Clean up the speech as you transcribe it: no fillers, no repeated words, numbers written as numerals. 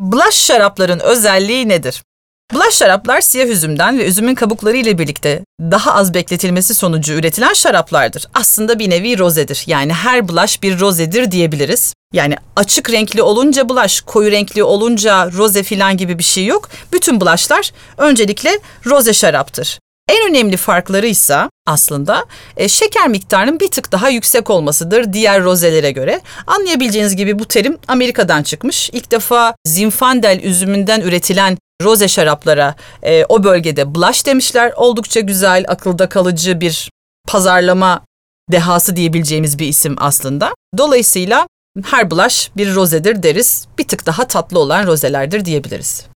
Blush şarapların özelliği nedir? Blush şaraplar siyah üzümden ve üzümün kabukları ile birlikte daha az bekletilmesi sonucu üretilen şaraplardır. Aslında bir nevi rozedir. Yani her blush bir rozedir diyebiliriz. Yani açık renkli olunca blush, koyu renkli olunca roze filan gibi bir şey yok. Bütün blushlar öncelikle roze şaraptır. En önemli farkları ise aslında şeker miktarının bir tık daha yüksek olmasıdır diğer rozelere göre. Anlayabileceğiniz gibi bu terim Amerika'dan çıkmış. İlk defa Zinfandel üzümünden üretilen roze şaraplara o bölgede blush demişler. Oldukça güzel, akılda kalıcı bir pazarlama dehası diyebileceğimiz bir isim aslında. Dolayısıyla her blush bir rozedir deriz. Bir tık daha tatlı olan rozelerdir diyebiliriz.